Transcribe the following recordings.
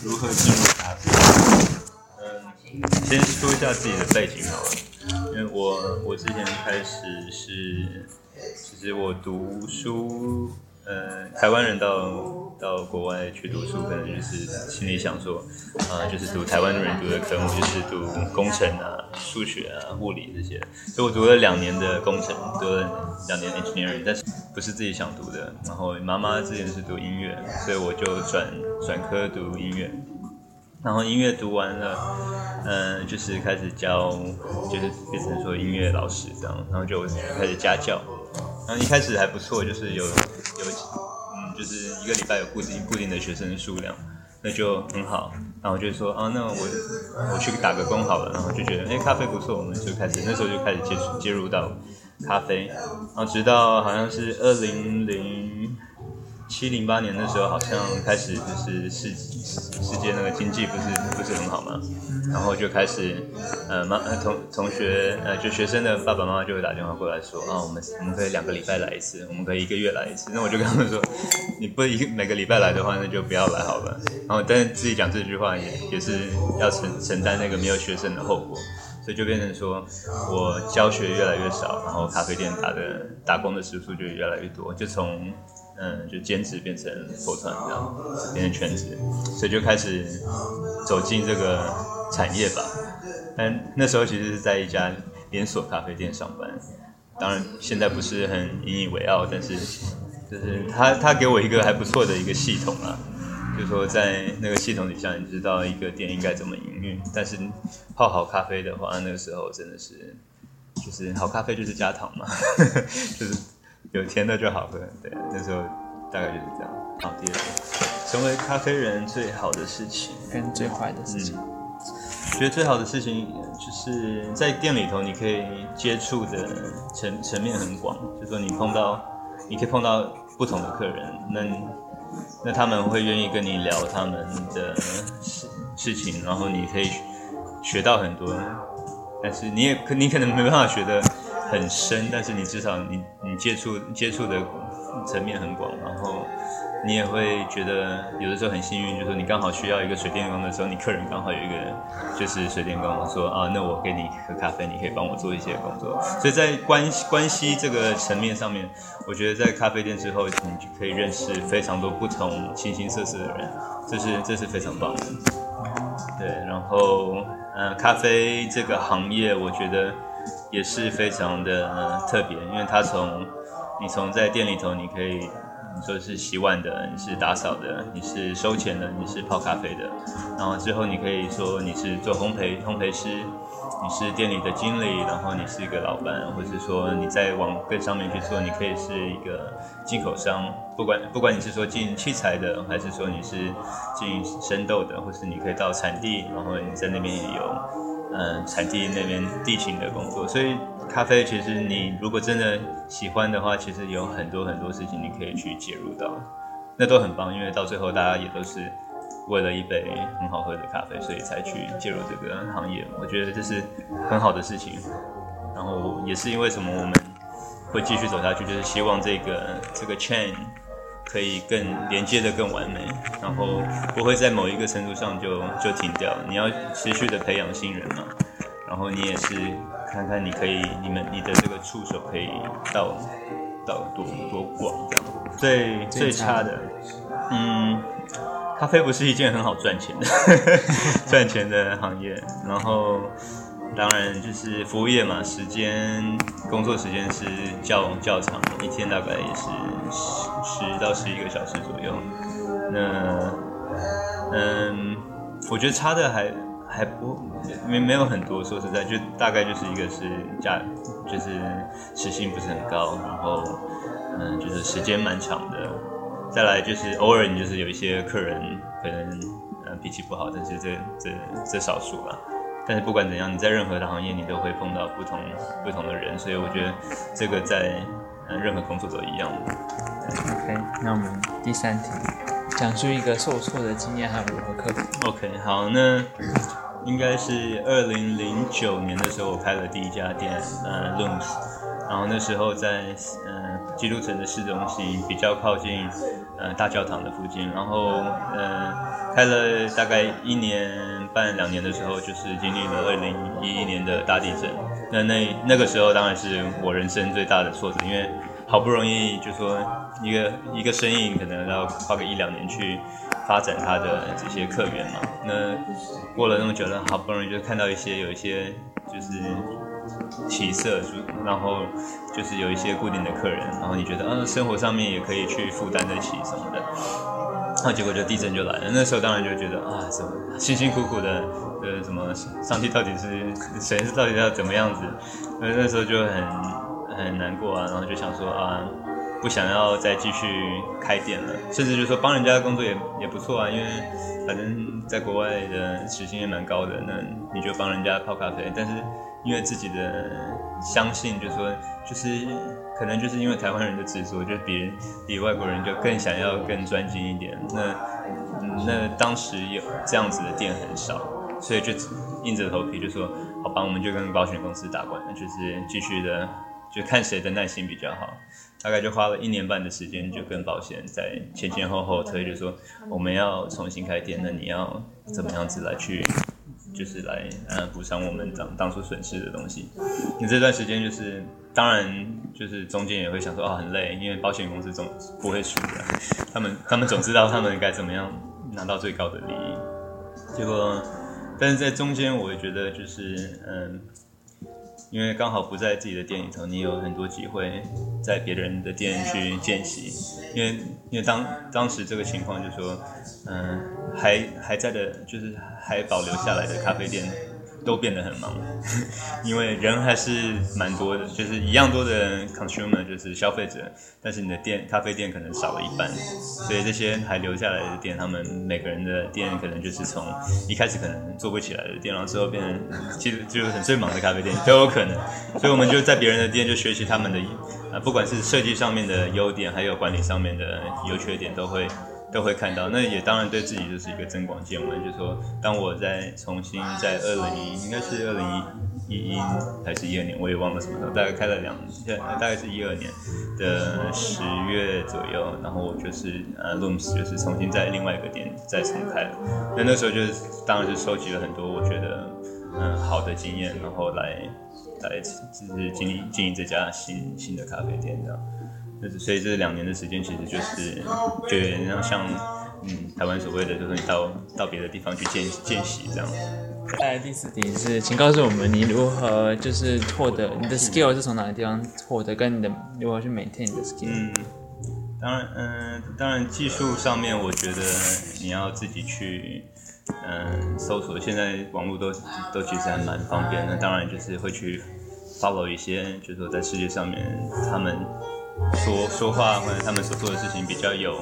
如何进入咖啡？先说一下自己的背景好了，因为我之前开始是，其实我读书，台湾人到国外去读书，可能就是心里想说，就是读台湾人读的科目，就是读工程啊、数学啊、物理这些，所以我读了2年的工程，读了2年 engineering， 但是不是自己想读的。然后妈妈之前是读音乐，所以我就转科读音乐。然后音乐读完了，就是开始教，就是变成说音乐老师这样，然后就开始家教。然后一开始还不错，就是有就是1个礼拜有固定的学生数量，那就很好。然后我就说那我去打个工好了，然后就觉得咖啡不错，我们就开始那时候就开始接入到咖啡，然后直到好像是2007-08年的时候，好像开始就是世界那个经济不是很好嘛，然后就开始同学就学生的爸爸妈妈就会打电话过来说我们可以2个礼拜来一次，我们可以1个月来一次。那我就跟他们说，你不每个礼拜来的话，那就不要来好了。然后但是自己讲这句话也是要承担那个没有学生的后果。所以就变成说，我教学越来越少，然后咖啡店打工的时数就越来越多，就从就兼职变成full time这样，变成全职，所以就开始走进这个产业吧。但那时候其实是在一家连锁咖啡店上班，当然现在不是很引以为傲，但是就是他给我一个还不错的一个系统啊。就是说在那个系统底下，你知道一个店应该怎么营运。但是泡好咖啡的话，那个时候真的是，就是好咖啡就是加糖嘛，就是有甜的就好喝。对，那时候大概就是这样。好，第2个，成为咖啡人最好的事情跟最坏的事情。 觉得最好的事情就是在店里头，你可以接触的层面很广，就是说你可以碰到不同的客人，那他们会愿意跟你聊他们的事情，然后你可以学到很多，但是你可能没办法学得很深，但是你至少你接触的层面很广，然后你也会觉得有的时候很幸运，就是说你刚好需要一个水电工的时候，你客人刚好有一个就是水电工说那我给你喝咖啡，你可以帮我做一些工作。所以在关系这个层面上面，我觉得在咖啡店之后，你就可以认识非常多不同形形色色的人，这是非常棒的。对，然后咖啡这个行业，我觉得也是非常的特别，因为你从在店里头，你可以你说是洗碗的，你是打扫的，你是收钱的，你是泡咖啡的，然后之后你可以说你是做烘焙师，你是店里的经理，然后你是一个老板，或者是说你再往更上面去做，你可以是一个进口商，不管你是说进器材的，还是说你是进生豆的，或是你可以到产地，然后你在那边也有产地那边地勤的工作。所以咖啡其实你如果真的喜欢的话，其实有很多很多事情你可以去介入到，那都很棒，因为到最后大家也都是为了一杯很好喝的咖啡，所以才去介入这个行业。我觉得这是很好的事情，然后也是因为什么我们会继续走下去，就是希望这个 chain 可以更连接的更完美，然后不会在某一个程度上就停掉。你要持续的培养新人嘛，然后你也是看看你的这个触手可以到多广这样。最差的，咖啡不是一件很好赚钱的行业，然后当然就是服务业嘛，工作时间是较长，一天大概也是10到11个小时左右。那我觉得差的还没有很多，说实在，就大概就是一个是就是时薪不是很高，然后就是时间蛮长的。再来就是偶尔你就是有一些客人可能脾气不好，但是这少数啦。但是不管怎样，你在任何的行业你都会碰到不同的人，所以我觉得这个在任何工作都一样的。 OK， 那我们第3题，讲述一个受挫的经验还有如何克服。 OK， 好，那应该是2009年的时候，我开了第一家店，Looms， 然后那时候在基督城的市中心，比较靠近大教堂的附近，然后开了大概1年半2年的时候，就是经历了2011年的大地震。那个时候当然是我人生最大的挫折，因为好不容易就说一个生意可能要花个1-2年去发展它的这些客源嘛。那过了那么久了，好不容易就看到有一些就是起色，然后就是有一些固定的客人，然后你觉得生活上面也可以去负担得起什么的，然后结果就地震就来了。那时候当然就觉得什么辛辛苦苦的什么上帝到底是神是到底要怎么样子？那时候就很难过啊，然后就想说不想要再继续开店了，甚至就说帮人家工作也不错啊，因为反正在国外的时薪也蛮高的，那你就帮人家泡咖啡，但是因为自己的相信，就说就是可能就是因为台湾人的执着，就比外国人就更想要更专精一点。那当时有这样子的店很少，所以就硬着头皮就说好吧，我们就跟保险公司打官，就是继续的就看谁的耐心比较好。大概就花了1年半的时间，就跟保险在前后推，就说我们要重新开店，那你要怎么样子来去，就是来补偿我们当初损失的东西。那这段时间就是当然就是中间也会想说很累，因为保险公司总不会输的，他们总知道他们该怎么样拿到最高的利益。结果，但是在中间我也觉得就是因为刚好不在自己的店里头，你有很多机会在别人的店去见习。因为当时这个情况就是说，还在的，就是还保留下来的咖啡店都变得很忙，因为人还是蛮多的，就是一样多的 consumer 就是消费者，但是你的咖啡店可能少了一半，所以这些还留下来的店，他们每个人的店可能就是从一开始可能做不起来的店，然后之后变成其实就是最忙的咖啡店都有可能，所以我们就在别人的店就学习他们的不管是设计上面的优点，还有管理上面的优缺点都会看到。那也当然对自己就是一个增广见闻，就是说当我再重新在应该是2011还是12年，我也忘了什么时候，大概开了大概是12年的10月左右，然后我就是Looms 就是重新在另外一个店再重开了。那时候就是当然是收集了很多我觉得好的经验，然后来就是经营这家新的咖啡店这样。所以这2年的时间，其实就是像台湾所谓的，就是你到别的地方去见习这样。 再来第4题是，请告诉我们你如何就是获得你的 skill 是从哪个地方获得，跟你如何去 maintain 你的 skill。 当然技术上面，我觉得你要自己去搜索，现在网络都其实还蛮方便的。当然就是会去 follow 一些，就是说在世界上面他们说话或者他们所做的事情比较有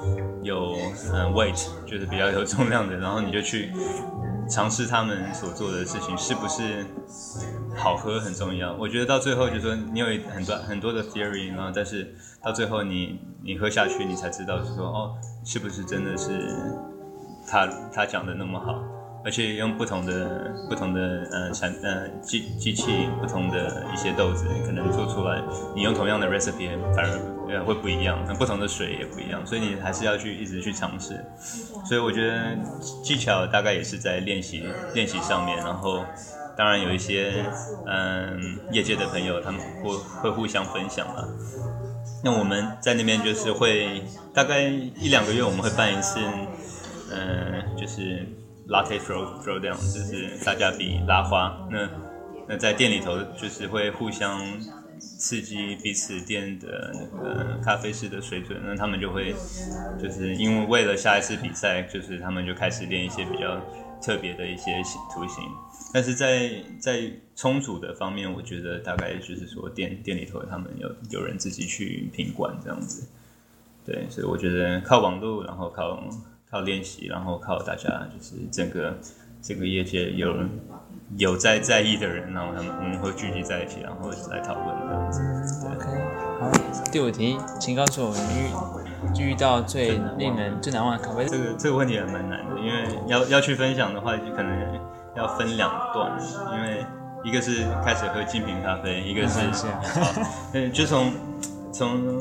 weight， 就是比较有重量的，然后你就去尝试他们所做的事情是不是好喝很重要。我觉得到最后就是说你有很多的 theory， 然后但是到最后你喝下去，你才知道说是不是真的是他讲的那么好。而且用不同的机器，不同的一些豆子，可能做出来，你用同样的 recipe 反而会不一样，不同的水也不一样，所以你还是要一直去尝试。所以我觉得技巧大概也是在练习上面，然后当然有一些业界的朋友，他们会互相分享啦。那我们在那边就是会大概1-2个月我们会办一次，就是 Latte Throwdown， 就是大家比拉花。那在店里头就是会互相刺激彼此店的那个咖啡师的水准。那他们就会就是因为为了下一次比赛，就是他们就开始练一些比较特别的一些图形。但是在冲煮的方面，我觉得大概就是说店里头他们有人自己去品管这样子。对，所以我觉得靠网络，然后靠练习，然后靠大家就是整个这个业界有在意的人，然后我们会聚集在一起，然后来讨论这样子。对 OK， 好，第5题，请告诉我们遇到最令人最难忘的咖啡。 这个问题还蛮难的，因为要去分享的话，就可能要分2段，因为一个是开始喝精品咖啡，一个是就从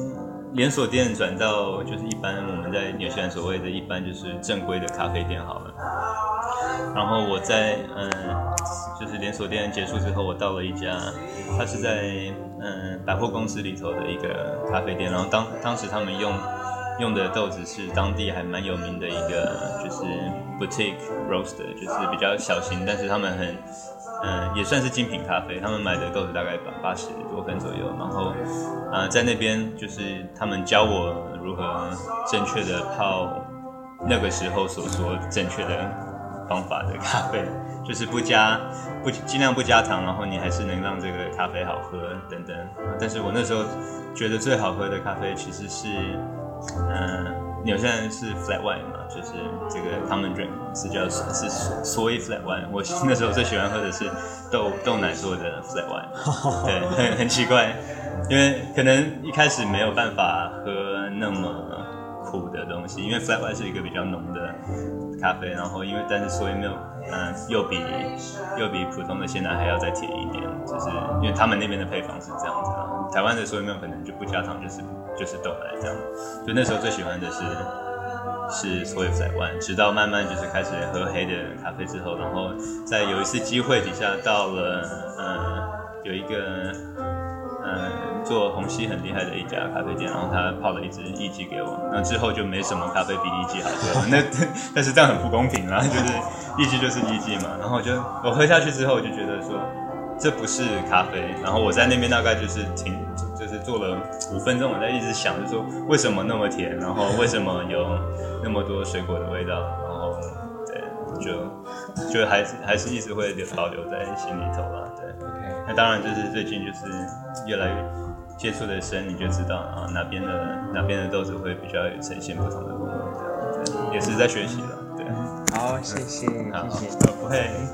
连锁店转到就是一般我们在纽西兰所谓的一般就是正规的咖啡店好了。然后我在就是连锁店结束之后，我到了一家，它是在百货公司里头的一个咖啡店。然后当时他们用的豆子是当地还蛮有名的一个就是 boutique roaster， 就是比较小型，但是他们也算是精品咖啡。他们买的豆子大概80多分左右。然后在那边就是他们教我如何正确的泡那个时候所说正确的方法的咖啡，就是尽量不加糖，然后你还是能让这个咖啡好喝等等。但是我那时候觉得最好喝的咖啡其实是纽西兰是 flat white 嘛，就是这个 common drink 是soy flat white。我那时候最喜欢喝的是豆奶做的 flat white， 对，很奇怪，因为可能一开始没有办法喝那么苦的东西，因为 flat white 是一个比较浓的咖啡，然后但是soy milk又比普通的鲜奶还要再甜一点，就是因为他们那边的配方是这样子啊。台湾的soy milk可能就不加糖，就是豆奶这样。所以那时候最喜欢的是soy flat white， 直到慢慢就是开始喝黑的咖啡之后，然后在有一次机会底下到了有一个做虹吸很厉害的一家咖啡店，然后他泡了一支艺妓给我，那之后就没什么咖啡比艺妓好喝了。但是这样很不公平啦，就是艺妓就是艺妓嘛。然后我喝下去之后，我就觉得说这不是咖啡。然后我在那边大概就是做了5分钟，我在一直想，就说为什么那么甜，然后为什么有那么多水果的味道，然后对，就还是一直会保留在心里头啦。对， OK， 那当然就是最近就是越来越接触的深，你就知道啊哪边的豆子会比较呈现不同的风味，对，也是在学习了。对， 好，谢谢， 好， 谢谢。 不会。